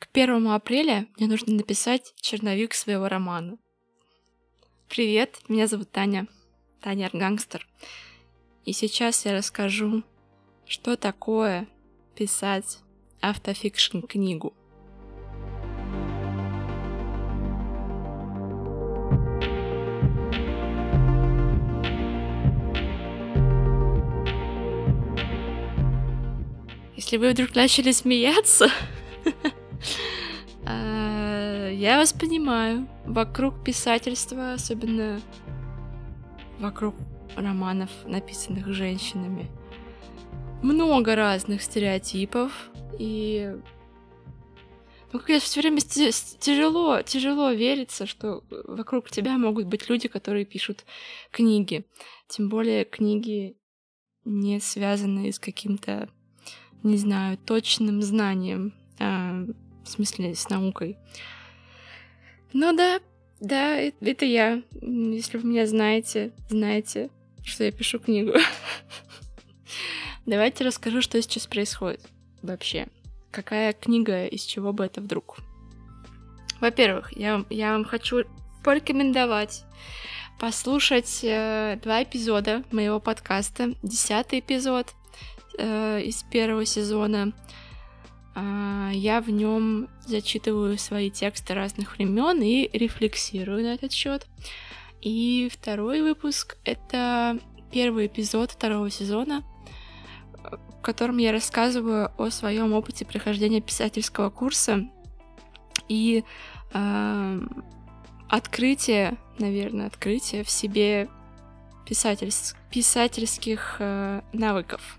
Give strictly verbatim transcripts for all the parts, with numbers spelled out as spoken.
К первому апреля мне нужно написать черновик своего романа. Привет, меня зовут Таня, Таня Аргангстер. И сейчас я расскажу, что такое писать автофикшн-книгу. Если вы вдруг начали смеяться, я вас понимаю. Вокруг писательства, особенно вокруг романов, написанных женщинами, много разных стереотипов. И ну, как все время тяжело, тяжело верится, что вокруг тебя могут быть люди, которые пишут книги. Тем более книги, не связанные с каким-то, не знаю, точным знанием, а, в смысле, с наукой. Ну да, да, это я. Если вы меня знаете, знаете, что я пишу книгу. Давайте расскажу, что сейчас происходит вообще. Какая книга, из чего бы это вдруг? Во-первых, я, я вам хочу порекомендовать послушать э, два эпизода моего подкаста. Десятый эпизод э, из первого сезона. Я в нем зачитываю свои тексты разных времен и рефлексирую на этот счет. И второй выпуск — это первый эпизод второго сезона, в котором я рассказываю о своем опыте прохождения писательского курса и э, открытие, наверное, открытие в себе писательс- писательских э, навыков.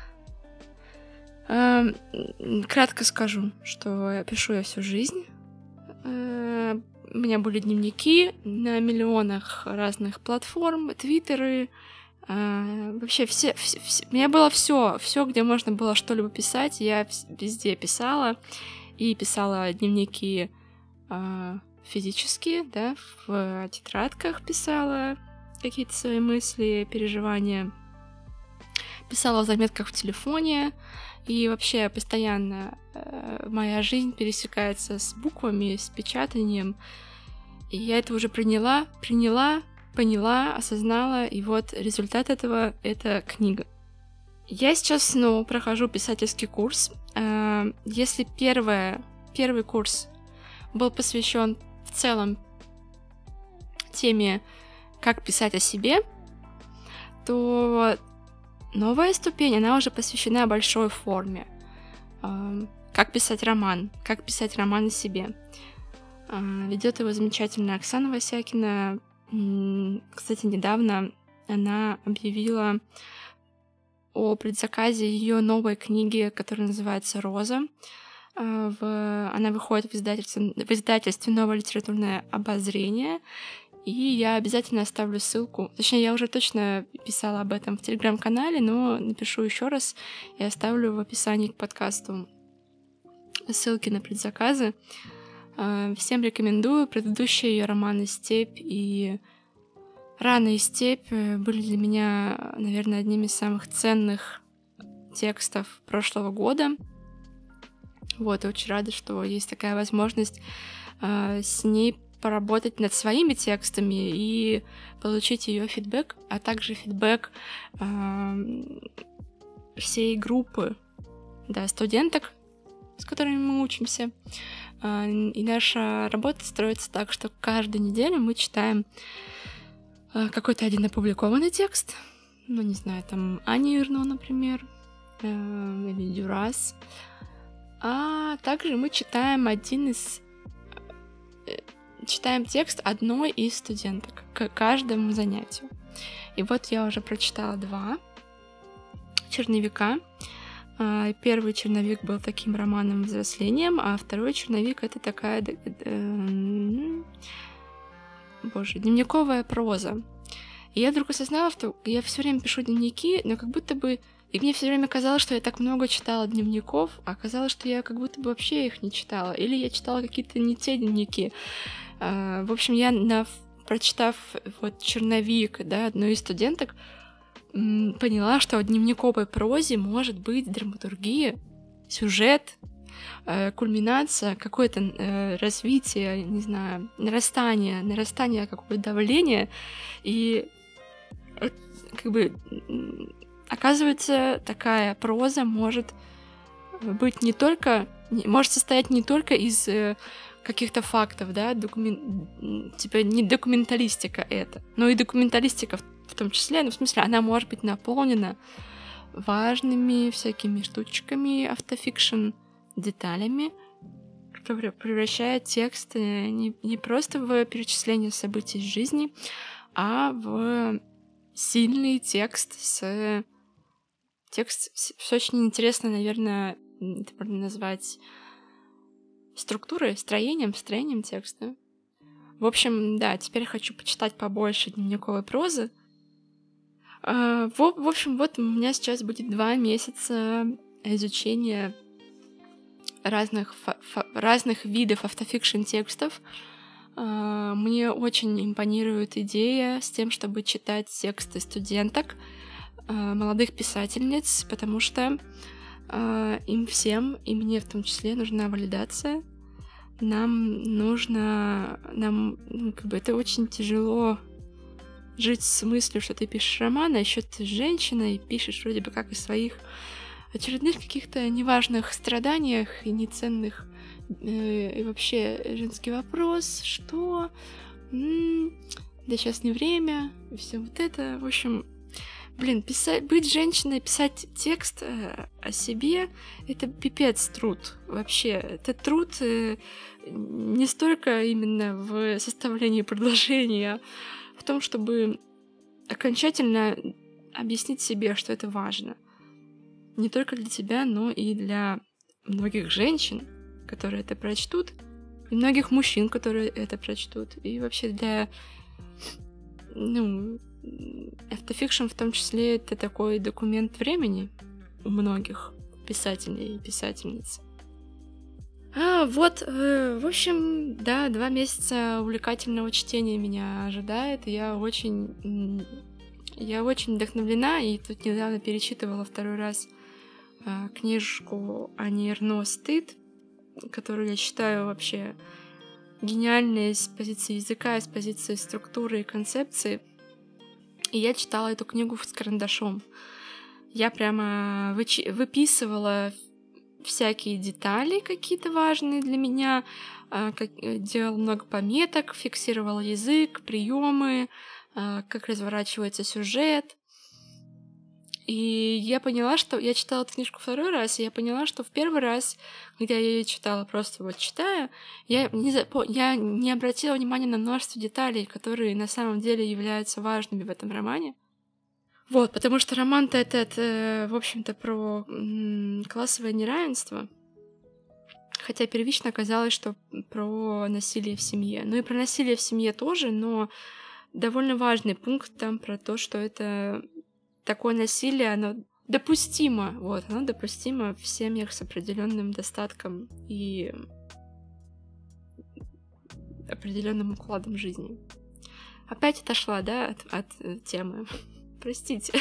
Кратко скажу, что пишу я всю жизнь. У меня были дневники на миллионах разных платформ, твиттеры. Вообще все, все, все. У меня было все, все, где можно было что-либо писать, я везде писала. И писала дневники физические, да, в тетрадках писала какие-то свои мысли, переживания. Писала в заметках в телефоне. И вообще постоянно э, моя жизнь пересекается с буквами, с печатанием. И я это уже приняла, приняла, поняла, осознала. И вот результат этого — это книга. Я сейчас, ну, прохожу писательский курс. Э, если первое, первый курс был посвящен в целом теме «Как писать о себе», то новая ступень, она уже посвящена большой форме. Как писать роман, как писать роман о себе. Ведет его замечательная Оксана Васякина. Кстати, недавно она объявила о предзаказе ее новой книги, которая называется «Роза». Она выходит в издательстве, в издательстве «Новое литературное обозрение». И я обязательно оставлю ссылку. Точнее, я уже точно писала об этом в телеграм-канале, но напишу еще раз и оставлю в описании к подкасту ссылки на предзаказы. Всем рекомендую. Предыдущие ее романы «Степь» и «Рана и степь» были для меня, наверное, одними из самых ценных текстов прошлого года. Вот, и очень рада, что есть такая возможность с ней поработать над своими текстами и получить ее фидбэк, а также фидбэк э, всей группы, да, студенток, с которыми мы учимся. Э, и наша работа строится так, что каждую неделю мы читаем э, какой-то один опубликованный текст, ну, не знаю, там Ани Ирно, например, э, или Дюрас, а также мы читаем один из читаем текст одной из студенток к каждому занятию. И вот я уже прочитала два черновика. Первый черновик был таким романом взрослением, а второй черновик — это такая, боже, дневниковая проза. И я вдруг осознала, что я все время пишу дневники, но как будто бы... И мне все время казалось, что я так много читала дневников, а оказалось, что я как будто бы вообще их не читала. Или я читала какие-то не те дневники. В общем, я, на, прочитав вот черновик, да, одной из студенток, поняла, что в дневниковой прозе может быть драматургия, сюжет, э, кульминация, какое-то э, развитие, не знаю, нарастание, нарастание какого-то давления, и э, как бы м, оказывается, такая проза может быть не только, не- может состоять не только из э, каких-то фактов, да, докумен... м, типа не документалистика это, но и документалистика в, в том числе, ну, в смысле, она может быть наполнена важными всякими штучками, автофикшн деталями, которые превращают текст э, не, не просто в перечисление событий из жизни, а в сильный текст с... Текст с, с очень интересно, наверное, м, это можно назвать структурой, строением, строением текста. В общем, да, теперь хочу почитать побольше дневниковой прозы. А, в, в общем, вот у меня сейчас будет два месяца изучения разных, фа- фа- разных видов автофикшн текстов. А, мне очень импонирует идея с тем, чтобы читать тексты студенток, а, молодых писательниц, потому что а, им всем, и мне в том числе, нужна валидация. Нам нужно... Нам, ну, как бы это очень тяжело жить с мыслью, что ты пишешь роман, а еще ты женщина и пишешь вроде бы как о своих очередных каких-то неважных страданиях и неценных. Э, и вообще женский вопрос, что... М, да сейчас не время, и все вот это. В общем, блин, писать, быть женщиной, писать текст э, о себе — это пипец труд. Вообще, это труд э, не столько именно в составлении предложения, а в том, чтобы окончательно объяснить себе, что это важно. Не только для тебя, но и для многих женщин, которые это прочтут, и многих мужчин, которые это прочтут, и вообще для... Ну, автофикшн в том числе это такой документ времени у многих писателей и писательниц. А, вот, э, в общем, да, два месяца увлекательного чтения меня ожидает. И я очень, м, я очень вдохновлена, и тут недавно перечитывала второй раз э, книжку Ани Эрно «Стыд», которую я считаю вообще гениальной с позиции языка, с позиции структуры и концепции. И я читала эту книгу с карандашом. Я прямо вычи- выписывала всякие детали какие-то важные для меня, а, как- э, делала много пометок, фиксировала язык, приемы, а, как разворачивается сюжет. И я поняла, что... Я читала эту книжку второй раз, и я поняла, что в первый раз, когда я ее читала, просто вот читая, я не, запо... я не обратила внимания на множество деталей, которые на самом деле являются важными в этом романе. Вот, потому что роман-то этот, э, в общем-то, про м, классовое неравенство, хотя первично оказалось, что про насилие в семье. Ну и про насилие в семье тоже, но довольно важный пункт там про то, что это такое насилие, оно допустимо, вот, оно допустимо в семьях с определенным достатком и определенным укладом жизни. Опять отошла, да, от, от э, темы. Простите.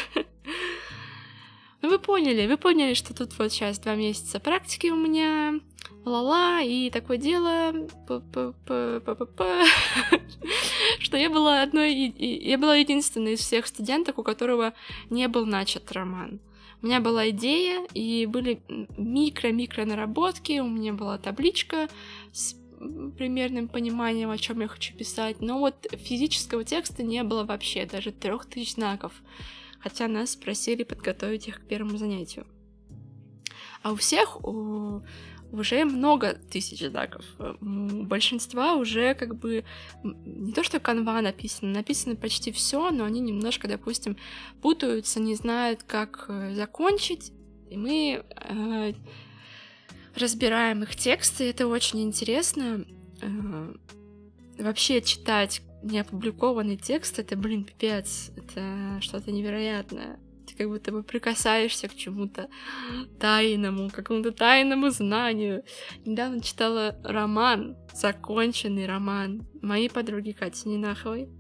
Ну вы поняли, вы поняли, что тут вот сейчас два месяца практики у меня, ла-ла, и такое дело, п-п-п-п-п-п, что я была одной, и- и- я была единственной из всех студенток, у которого не был начат роман. У меня была идея, и были микро-микро наработки, у меня была табличка с м, примерным пониманием, о чем я хочу писать, но вот физического текста не было вообще, даже трех тысяч знаков, хотя нас просили подготовить их к первому занятию. А у всех у- уже много тысяч знаков. У большинства уже как бы м, не то, что канва написано, написано почти все, но они немножко, допустим, путаются, не знают, как э, закончить, и мы э, разбираем их тексты, и это очень интересно. Э, вообще читать неопубликованный текст — это, блин, пипец, это что-то невероятное. Ты как будто бы прикасаешься к чему-то тайному, к какому-то тайному знанию. Недавно читала роман, законченный роман моей подруги Кати Нинаховой.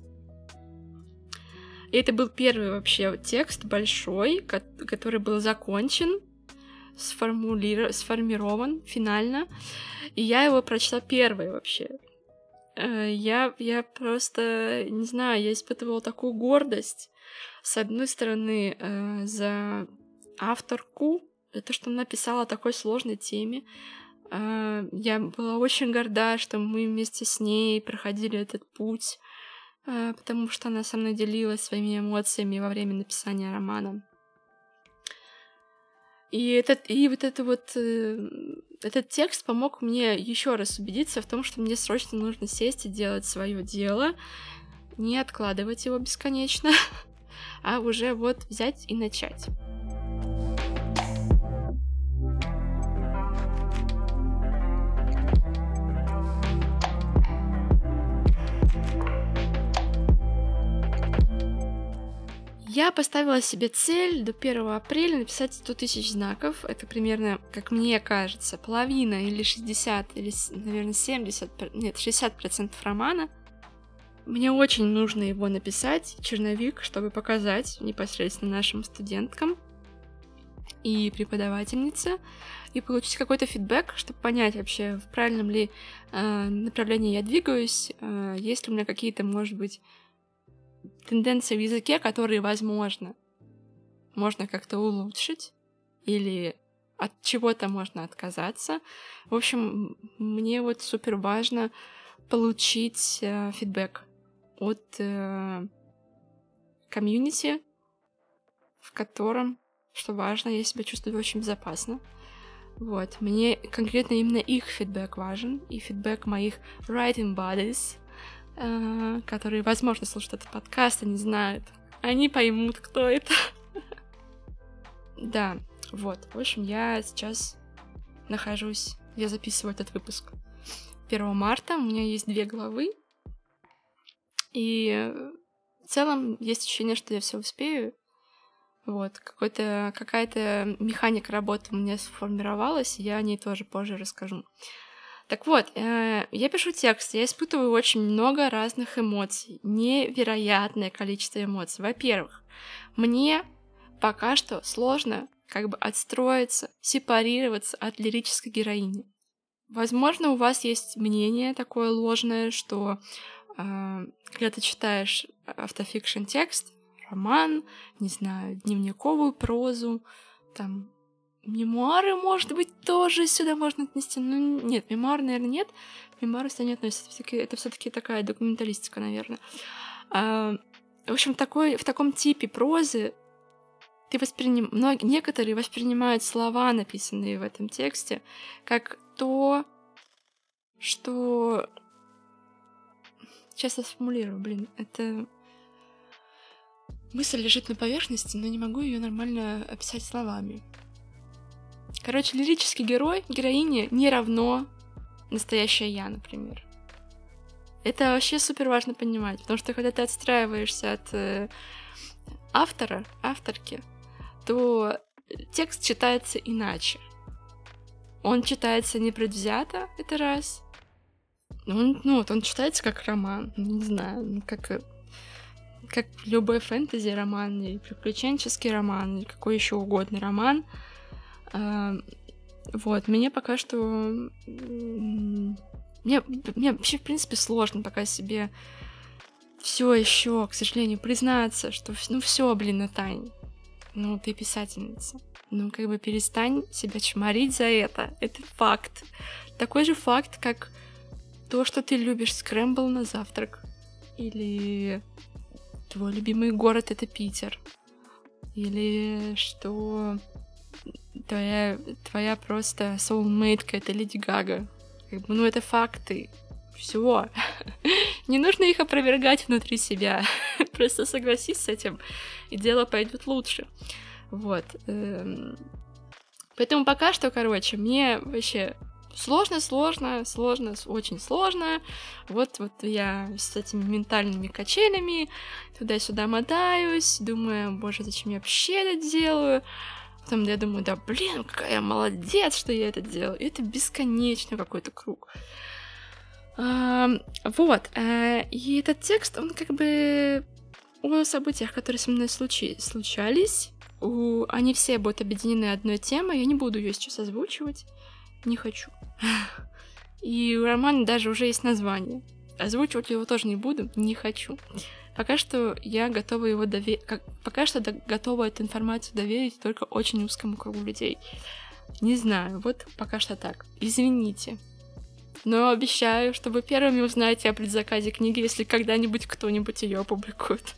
И это был первый вообще текст большой, ко- который был закончен, сформулирован, сформирован финально, и я его прочла первой вообще. Я, я просто, не знаю, я испытывала такую гордость, с одной стороны, э, за авторку, за то, что она писала о такой сложной теме. Э, я была очень горда, что мы вместе с ней проходили этот путь, э, потому что она со мной делилась своими эмоциями во время написания романа. И, этот, и вот это вот, э, этот текст помог мне еще раз убедиться в том, что мне срочно нужно сесть и делать свое дело, не откладывать его бесконечно, а уже вот взять и начать. Я поставила себе цель до первого апреля написать сто тысяч знаков. Это примерно, как мне кажется, половина или шестьдесят, или, наверное, семьдесят, нет, шестьдесят процентов романа. Мне очень нужно его написать, черновик, чтобы показать непосредственно нашим студенткам и преподавательнице, и получить какой-то фидбэк, чтобы понять вообще, в правильном ли э, направлении я двигаюсь, э, есть ли у меня какие-то, может быть, тенденции в языке, которые, возможно, можно как-то улучшить, или от чего-то можно отказаться. В общем, мне вот супер важно получить э, фидбэк от э, комьюнити, в котором, что важно, я себя чувствую очень безопасно. Вот. Мне конкретно именно их фидбэк важен, и фидбэк моих writing buddies, Uh, которые, возможно, слушают этот подкаст, они знают, они поймут, кто это. Да, вот. В общем, я сейчас нахожусь, я записываю этот выпуск первого марта, у меня есть две главы, и в целом есть ощущение, что я все успею. Вот, какой-то, какая-то механика работы у меня сформировалась, я о ней тоже позже расскажу. Так вот, э, я пишу текст, я испытываю очень много разных эмоций, невероятное количество эмоций. Во-первых, мне пока что сложно как бы отстроиться, сепарироваться от лирической героини. Возможно, у вас есть мнение такое ложное, что э, когда ты читаешь автофикшн текст, роман, не знаю, дневниковую прозу, там, мемуары, может быть, тоже сюда можно отнести. Ну, нет, мемуары, наверное, нет. Мемуары сюда не относятся. Всё-таки, это все-таки такая документалистика, наверное. А, в общем, такой, в таком типе прозы ты восприним... Мног... некоторые воспринимают слова, написанные в этом тексте, как то, что... Сейчас я сформулирую, блин, это... Мысль лежит на поверхности, но не могу ее нормально описать словами. Короче, лирический герой, героиня не равно настоящая я, например. Это вообще супер важно понимать, потому что когда ты отстраиваешься от э, автора, авторки, то текст читается иначе. Он читается непредвзято, это раз. Он, ну, вот он читается как роман, не знаю, как, как любой фэнтези-роман, или приключенческий роман, или какой еще угодно роман. Вот, мне пока что... Мне, мне вообще, в принципе, сложно пока себе все еще, к сожалению, признаться, что ну все, блин, Натань, ну ты писательница. Ну как бы перестань себя чморить за это. Это факт. Такой же факт, как то, что ты любишь скрэмбл на завтрак. Или твой любимый город — это Питер. Или что... Твоя, твоя просто soulmate-ка — это Леди Гага. Как бы, ну, это факты. Все. Не нужно их опровергать внутри себя. Просто согласись с этим, и дело пойдет лучше. Вот. Поэтому пока что, короче, мне вообще сложно, сложно, сложно, очень сложно. Вот, вот я с этими ментальными качелями туда-сюда мотаюсь, думаю, боже, зачем я вообще это делаю? Потом я думаю, да блин, какая я молодец, что я это делаю. И это бесконечный какой-то круг. А, вот. А, и этот текст, он как бы о событиях, которые со мной случи- случались. у... они все будут объединены одной темой, я не буду ее сейчас озвучивать, не хочу. И у романа даже уже есть название. Озвучивать его тоже не буду, не хочу. Пока что я готова его доверить, пока что до... готова эту информацию доверить только очень узкому кругу людей. Не знаю, вот пока что так. Извините. Но обещаю, что вы первыми узнаете о предзаказе книги, если когда-нибудь кто-нибудь ее опубликует.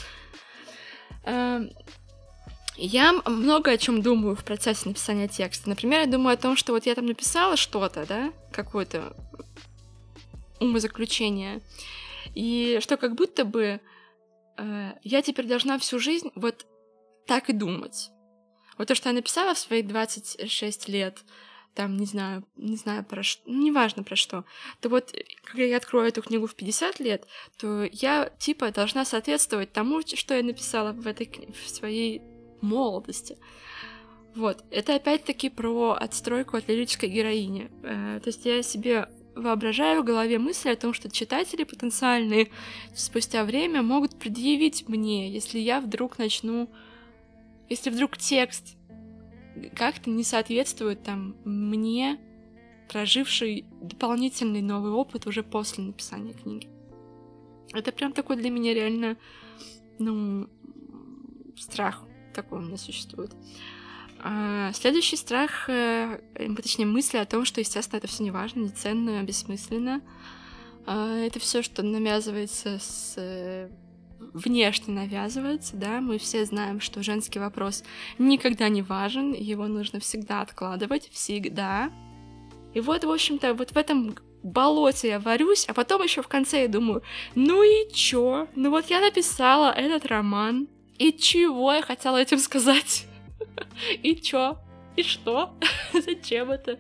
Я много о чем думаю в процессе написания текста. Например, я думаю о том, что вот я там написала что-то, да, какое-то умозаключение, и что как будто бы э, я теперь должна всю жизнь вот так и думать. Вот то, что я написала в свои двадцать шесть лет, там, не знаю, не знаю про что, ну, неважно про что, то вот, когда я открою эту книгу в пятьдесят лет, то я, типа, должна соответствовать тому, что я написала в этой в своей молодости. Вот. Это опять-таки про отстройку от лирической героини. Э, то есть я себе воображаю в голове мысли о том, что читатели потенциальные спустя время могут предъявить мне, если я вдруг начну... Если вдруг текст как-то не соответствует там мне, проживший дополнительный новый опыт уже после написания книги. Это прям такой для меня реально, ну, страх такой у меня существует. А следующий страх, точнее мысли о том, что, естественно, это все неважно, неценно, бессмысленно. А это все, что навязывается с... внешне навязывается, да, мы все знаем, что женский вопрос никогда не важен, его нужно всегда откладывать, всегда. И вот, в общем-то, вот в этом болоте я варюсь, а потом еще в конце я думаю, ну и чё? Ну вот я написала этот роман, и чего я хотела этим сказать? И чё? И что? Зачем это?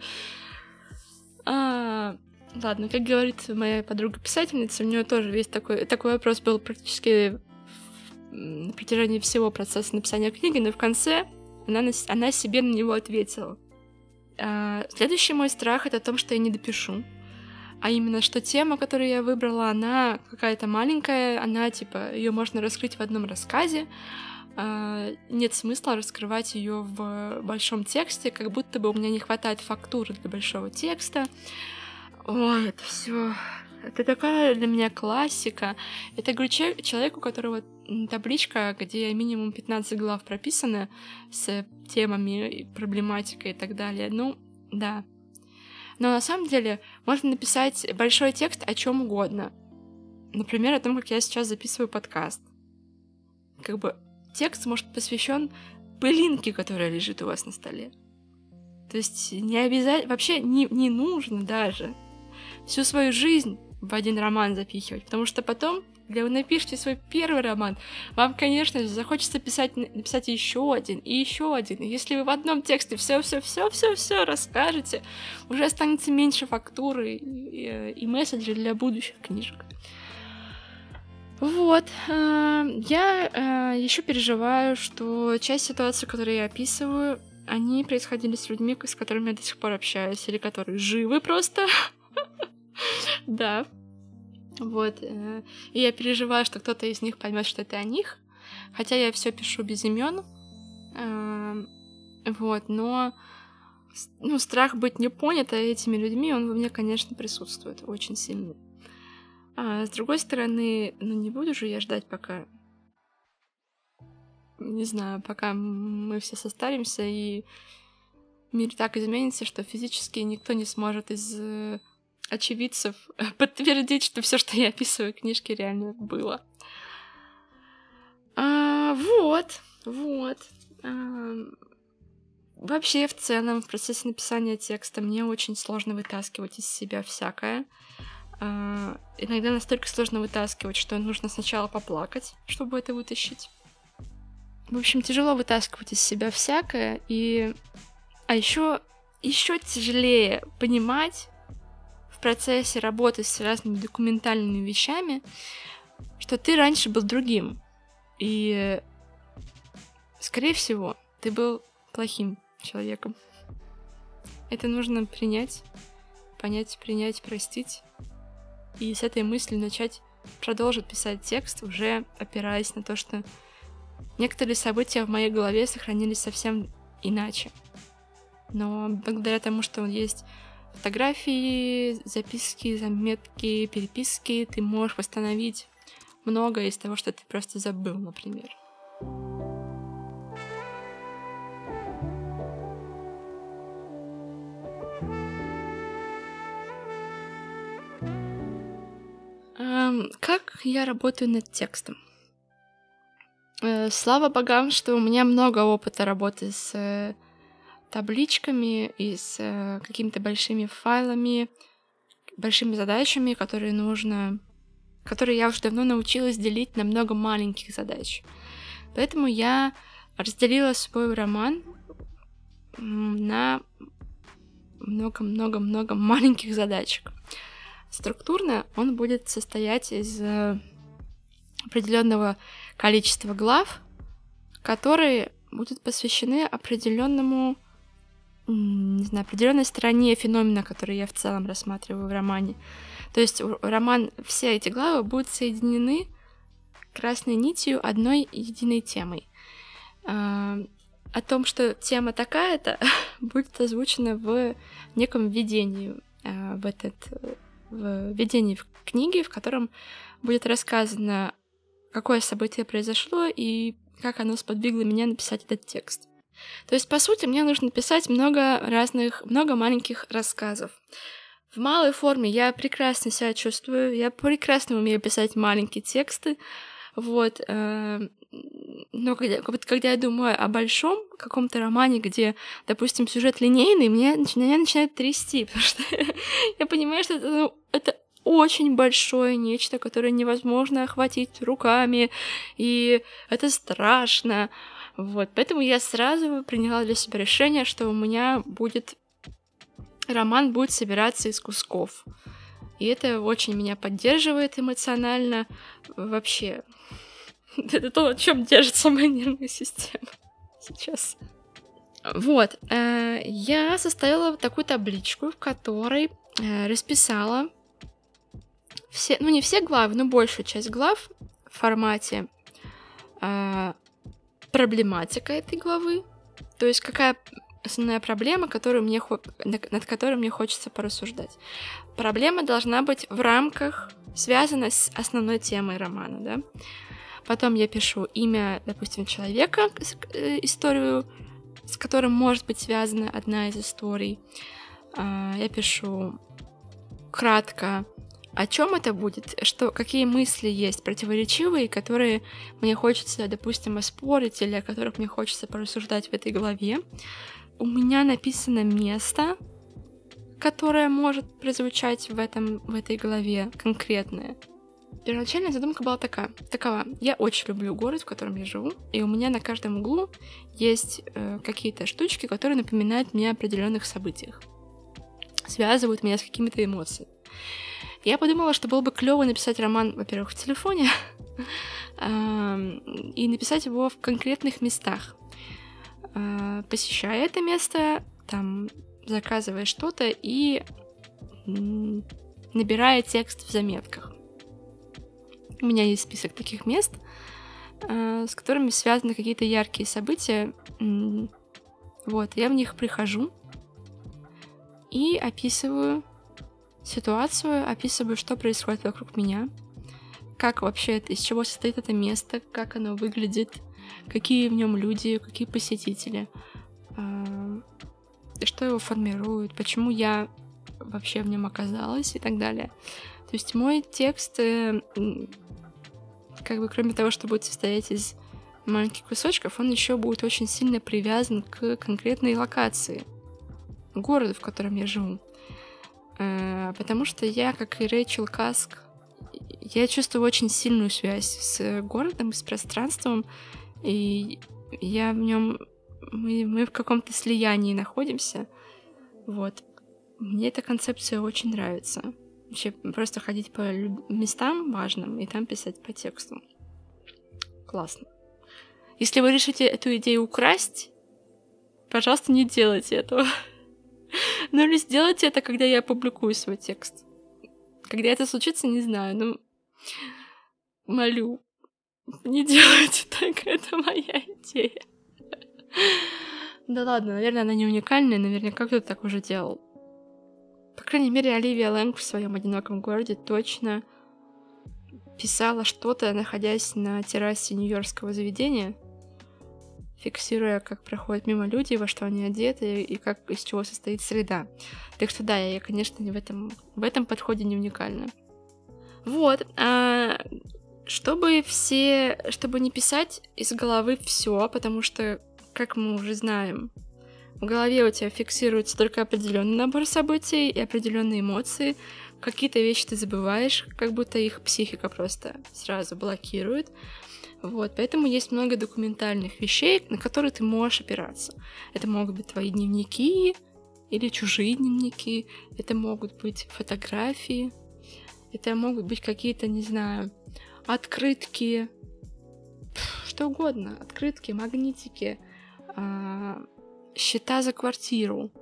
А, ладно, как говорит моя подруга-писательница, у нее тоже весь такой, такой вопрос был практически на протяжении всего процесса написания книги, но в конце она, она себе на него ответила. А, следующий мой страх — это о том, что я не допишу. А именно, что тема, которую я выбрала, она какая-то маленькая, она, типа, ее можно раскрыть в одном рассказе, Uh, нет смысла раскрывать ее в большом тексте, как будто бы у меня не хватает фактуры для большого текста. Ой, это все, это такая для меня классика. Это, говорю, человек, у которого табличка, где минимум пятнадцать глав прописано с темами, проблематикой и так далее. Ну, да. Но на самом деле можно написать большой текст о чем угодно. Например, о том, как я сейчас записываю подкаст. Как бы текст может быть посвящен пылинке, которая лежит у вас на столе. То есть не обязательно, вообще не, не нужно даже всю свою жизнь в один роман запихивать, потому что потом, когда вы напишете свой первый роман, вам, конечно же, захочется писать, написать еще один и еще один. И если вы в одном тексте все-все-все-все-все расскажете, уже останется меньше фактуры и, и месседжей для будущих книжек. Вот, я еще переживаю, что часть ситуаций, которые я описываю, они происходили с людьми, с которыми я до сих пор общаюсь, или которые живы просто. Да. Вот. И я переживаю, что кто-то из них поймет, что это о них. Хотя я все пишу без имен. Вот, но ну, страх быть не понятой этими людьми, он во мне, конечно, присутствует очень сильно. А с другой стороны, ну не буду же я ждать, пока, не знаю, пока мы все состаримся и мир так изменится, что физически никто не сможет из очевидцев подтвердить, что все, что я описываю в книжке, реально было. А, вот, вот. А, вообще, в целом, в процессе написания текста мне очень сложно вытаскивать из себя всякое. Uh, иногда настолько сложно вытаскивать, что нужно сначала поплакать, чтобы это вытащить. В общем, тяжело вытаскивать из себя всякое, и... А еще еще тяжелее понимать в процессе работы с разными документальными вещами, что ты раньше был другим. И, скорее всего, ты был плохим человеком. Это нужно принять, понять, принять, простить. И с этой мыслью начать продолжить писать текст, уже опираясь на то, что некоторые события в моей голове сохранились совсем иначе. Но благодаря тому, что есть фотографии, записки, заметки, переписки, ты можешь восстановить многое из того, что ты просто забыл, например. Эм, как я работаю над текстом? Э, слава богам, что у меня много опыта работы с э, табличками и с э, какими-то большими файлами, большими задачами, которые нужно, которые я уже давно научилась делить на много маленьких задач. Поэтому я разделила свой роман м, на много-много-много маленьких задачек. Структурно он будет состоять из э, определенного количества глав, которые будут посвящены определенному, не знаю, определенной стороне феномена, который я в целом рассматриваю в романе. То есть роман, все эти главы будут соединены красной нитью одной единой темой. О том, что тема такая-то, будет озвучена в неком введении в этот в введении в книги, в котором будет рассказано, какое событие произошло и как оно сподвигло меня написать этот текст. То есть, по сути, мне нужно написать много разных, много маленьких рассказов. В малой форме я прекрасно себя чувствую, я прекрасно умею писать маленькие тексты, вот. Но когда, когда я думаю о большом каком-то романе, где, допустим, сюжет линейный, мне меня начинает трясти, потому что я понимаю, что это, ну, это очень большое нечто, которое невозможно охватить руками, и это страшно. Вот. Поэтому я сразу приняла для себя решение, что у меня будет роман будет собираться из кусков. И это очень меня поддерживает эмоционально. Вообще, это то, на чем держится моя нервная система сейчас. Вот. Я составила такую табличку, в которой расписала все, ну не все главы, но большую часть глав в формате проблематика этой главы. То есть какая основная проблема, которую мне, над которой мне хочется порассуждать. Проблема должна быть в рамках, связана с основной темой романа, да. Потом я пишу имя, допустим, человека, историю, с которым может быть связана одна из историй. Я пишу кратко, о чем это будет, что, какие мысли есть противоречивые, которые мне хочется, допустим, оспорить, или о которых мне хочется порассуждать в этой главе. У меня написано место, которое может прозвучать в, этом, в этой главе конкретное. Первоначальная задумка была такая, такова. Я очень люблю город, в котором я живу, и у меня на каждом углу есть э, какие-то штучки, которые напоминают мне о определенных событиях, связывают меня с какими-то эмоциями. Я подумала, что было бы клево написать роман, во-первых, в телефоне, и написать его в конкретных местах. Посещая это место, там, заказывая что-то и набирая текст в заметках. У меня есть список таких мест, с которыми связаны какие-то яркие события. Вот, я в них прихожу и описываю ситуацию, описываю, что происходит вокруг меня, как вообще это, из чего состоит это место, как оно выглядит, какие в нем люди, какие посетители, что его формирует, почему я вообще в нем оказалась и так далее. То есть мой текст, как бы кроме того, что будет состоять из маленьких кусочков, он еще будет очень сильно привязан к конкретной локации, городу, в котором я живу. Потому что я, как и Рэйчел Каск, я чувствую очень сильную связь с городом, с пространством, и я в нем, мы, мы в каком-то слиянии находимся. Вот. Мне эта концепция очень нравится. Вообще просто ходить по местам важным и там писать по тексту. Классно. Если вы решите эту идею украсть, пожалуйста, не делайте этого. Ну или сделайте это, когда я опубликую свой текст. Когда это случится, не знаю, ну, молю. Не делайте так, это моя идея. Да ладно, наверное, она не уникальная, наверняка кто-то так уже делал. По крайней мере, Оливия Лэнг в своем «Одиноком городе» точно писала что-то, находясь на террасе нью-йоркского заведения, фиксируя, как проходят мимо люди, во что они одеты и как, из чего состоит среда. Так что да, я, конечно, не в этом, в этом подходе не уникальна. Вот. А, чтобы все... Чтобы не писать из головы все, потому что, как мы уже знаем, в голове у тебя фиксируется только определенный набор событий и определенные эмоции. Какие-то вещи ты забываешь, как будто их психика просто сразу блокирует. Вот, поэтому есть много документальных вещей, на которые ты можешь опираться. Это могут быть твои дневники или чужие дневники, это могут быть фотографии, это могут быть какие-то, не знаю, открытки, что угодно, открытки, магнитики, счета за квартиру,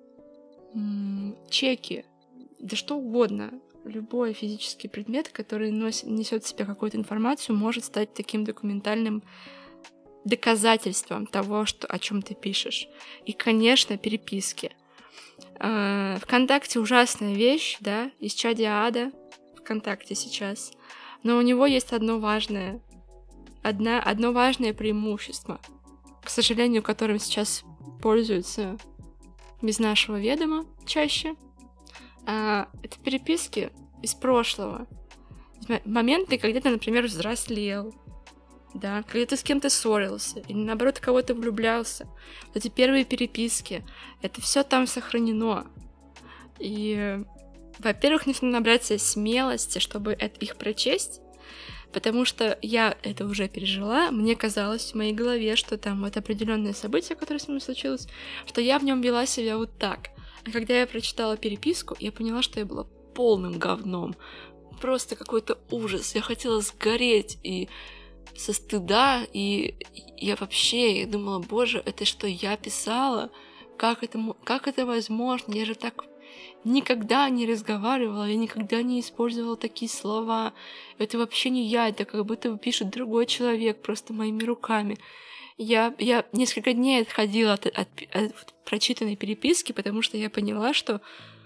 чеки, да что угодно. Любой физический предмет, который носит, несет в себе какую-то информацию, может стать таким документальным доказательством того, что, о чем ты пишешь. И, конечно, переписки. Э, ВКонтакте ужасная вещь, да, исчадие ада ВКонтакте сейчас. Но у него есть одно важное, одна, одно важное преимущество, к сожалению, которым сейчас пользуются без нашего ведома чаще. А, это переписки из прошлого. Моменты, когда ты, например, взрослел, да, когда ты с кем-то ссорился, или наоборот кого-то влюблялся. Вот эти первые переписки, это все там сохранено. И, во-первых, нужно набраться смелости, чтобы это, их прочесть, потому что я это уже пережила, мне казалось в моей голове, что там вот определенное событие, которое со мной случилось, что я в нем вела себя вот так. А когда я прочитала переписку, я поняла, что я была полным говном. Просто какой-то ужас. Я хотела сгореть и со стыда, и я вообще я думала, боже, это что я писала? Как это, как это возможно? Я же так никогда не разговаривала, я никогда не использовала такие слова. Это вообще не я, это как будто пишет другой человек просто моими руками. Я, я несколько дней отходила от, от, от прочитанной переписки, потому что я поняла, что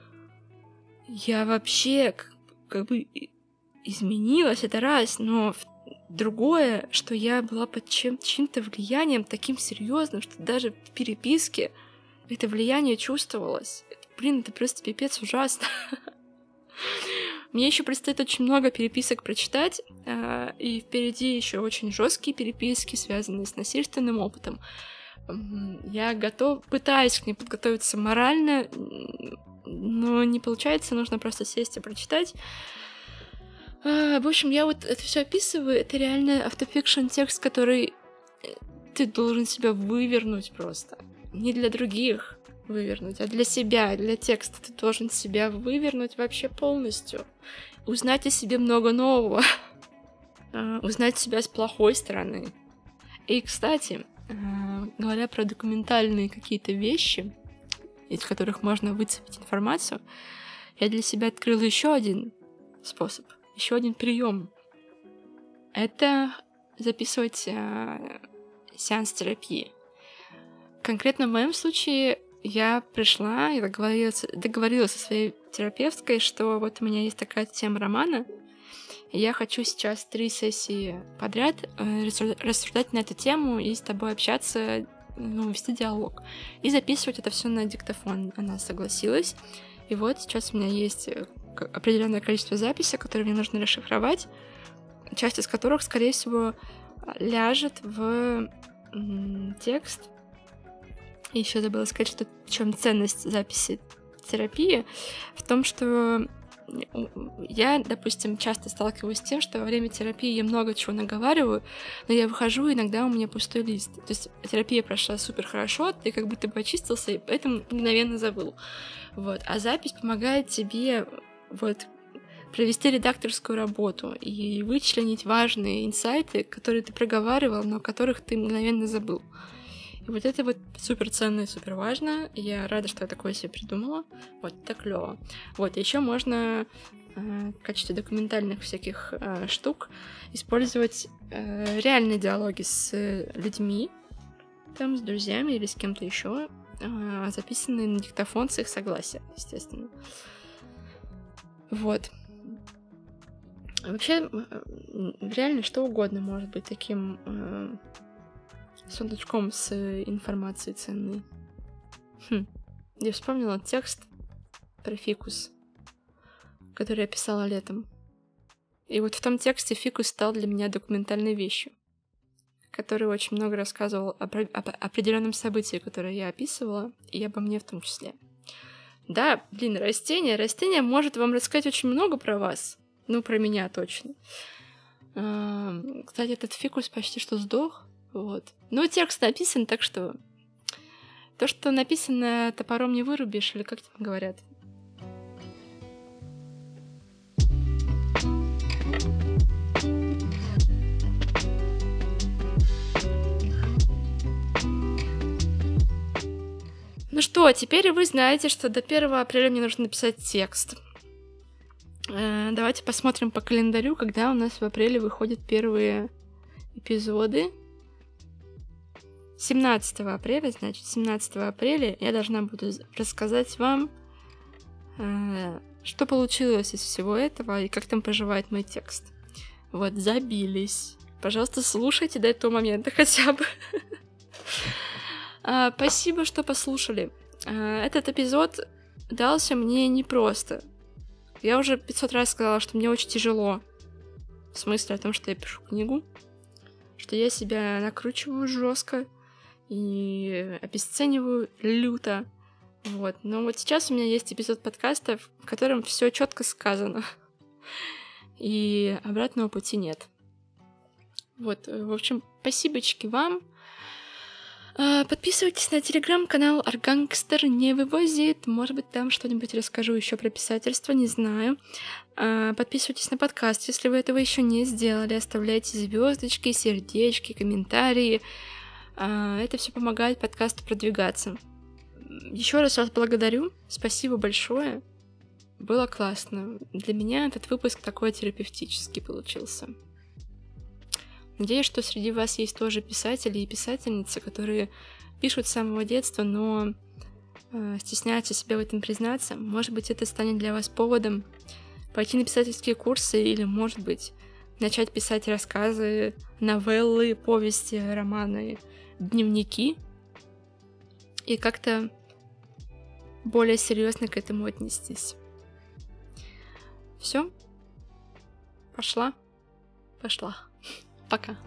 я вообще как, как бы изменилась, это раз, но другое, что я была под чем, чьим-то влиянием таким серьезным, что даже в переписке это влияние чувствовалось. Это, блин, это просто пипец ужасно. Мне еще предстоит очень много переписок прочитать, и впереди еще очень жесткие переписки, связанные с насильственным опытом. Я готов, пытаюсь к ней подготовиться морально, но не получается, нужно просто сесть и прочитать. В общем, я вот это все описываю, это реально автофикшн текст, который ты должен себя вывернуть просто. Не для других вывернуть, а для себя, для текста ты должен себя вывернуть вообще полностью. Узнать о себе много нового. Узнать себя с плохой стороны. И, кстати, говоря про документальные какие-то вещи, из которых можно выцепить информацию, я для себя открыла еще один способ, еще один прием. Это записывать э, сеанс терапии. Конкретно в моем случае я пришла и договорилась, договорилась со своей терапевткой, что вот у меня есть такая тема романа, и я хочу сейчас три сессии подряд э, рассуждать на эту тему и с тобой общаться, ну, вести диалог. И записывать это все на диктофон. Она согласилась. И вот сейчас у меня есть определенное количество записей, которые мне нужно расшифровать, часть из которых, скорее всего, ляжет в м- текст. И еще забыла сказать, что в чем ценность записи терапии, в том, что я, допустим, часто сталкиваюсь с тем, что во время терапии я много чего наговариваю, но я выхожу, и иногда у меня пустой лист. То есть терапия прошла супер хорошо, ты как будто бы очистился, и поэтому мгновенно забыл. Вот. А запись помогает тебе вот провести редакторскую работу и вычленить важные инсайты, которые ты проговаривал, но о которых ты мгновенно забыл. И вот это вот супер ценно и супер важно. И я рада, что я такое себе придумала. Вот, это клево. Вот, еще можно э, в качестве документальных всяких э, штук использовать э, реальные диалоги с людьми, там, с друзьями или с кем-то еще, э, записанные на диктофон с их согласия, естественно. Вот. Вообще, реально что угодно может быть таким э, сундучком с информацией ценной. Хм. Я вспомнила текст про фикус, который я писала летом. И вот в том тексте фикус стал для меня документальной вещью, который очень много рассказывал об, об определенном событии, которое я описывала, и обо мне в том числе. Да, блин, растение. Растение может вам рассказать очень много про вас. Ну, про меня точно. А, кстати, этот фикус почти что сдох. Вот. Ну, текст написан, так что... То, что написано, топором не вырубишь, или как там говорят. Ну что, теперь вы знаете, что до первого апреля мне нужно написать текст. Э, давайте посмотрим по календарю, когда у нас в апреле выходят первые эпизоды. семнадцатого апреля, значит, семнадцатого апреля я должна буду рассказать вам, э, что получилось из всего этого и как там поживает мой текст. Вот, забились. Пожалуйста, слушайте до этого момента хотя бы. Uh, спасибо, что послушали. Uh, этот эпизод дался мне непросто. Я уже пятьсот раз сказала, что мне очень тяжело. В смысле о том, что я пишу книгу, что я себя накручиваю жестко и обесцениваю люто. Вот. Но вот сейчас у меня есть эпизод подкаста, в котором все четко сказано. И обратного пути нет. Вот, в общем, спасибочки вам. Подписывайтесь на телеграм-канал Аргангстер не вывозит. Может быть, там что-нибудь расскажу еще про писательство, не знаю. Подписывайтесь на подкаст, если вы этого еще не сделали. Оставляйте звездочки, сердечки, комментарии. Это все помогает подкасту продвигаться. Еще раз вас благодарю. Спасибо большое. Было классно. Для меня этот выпуск такой терапевтический получился. Надеюсь, что среди вас есть тоже писатели и писательницы, которые пишут с самого детства, но э, стесняются себе в этом признаться. Может быть, это станет для вас поводом пойти на писательские курсы или, может быть, начать писать рассказы, новеллы, повести, романы, дневники и как-то более серьезно к этому отнестись. Все? Пошла? Пошла. Пока.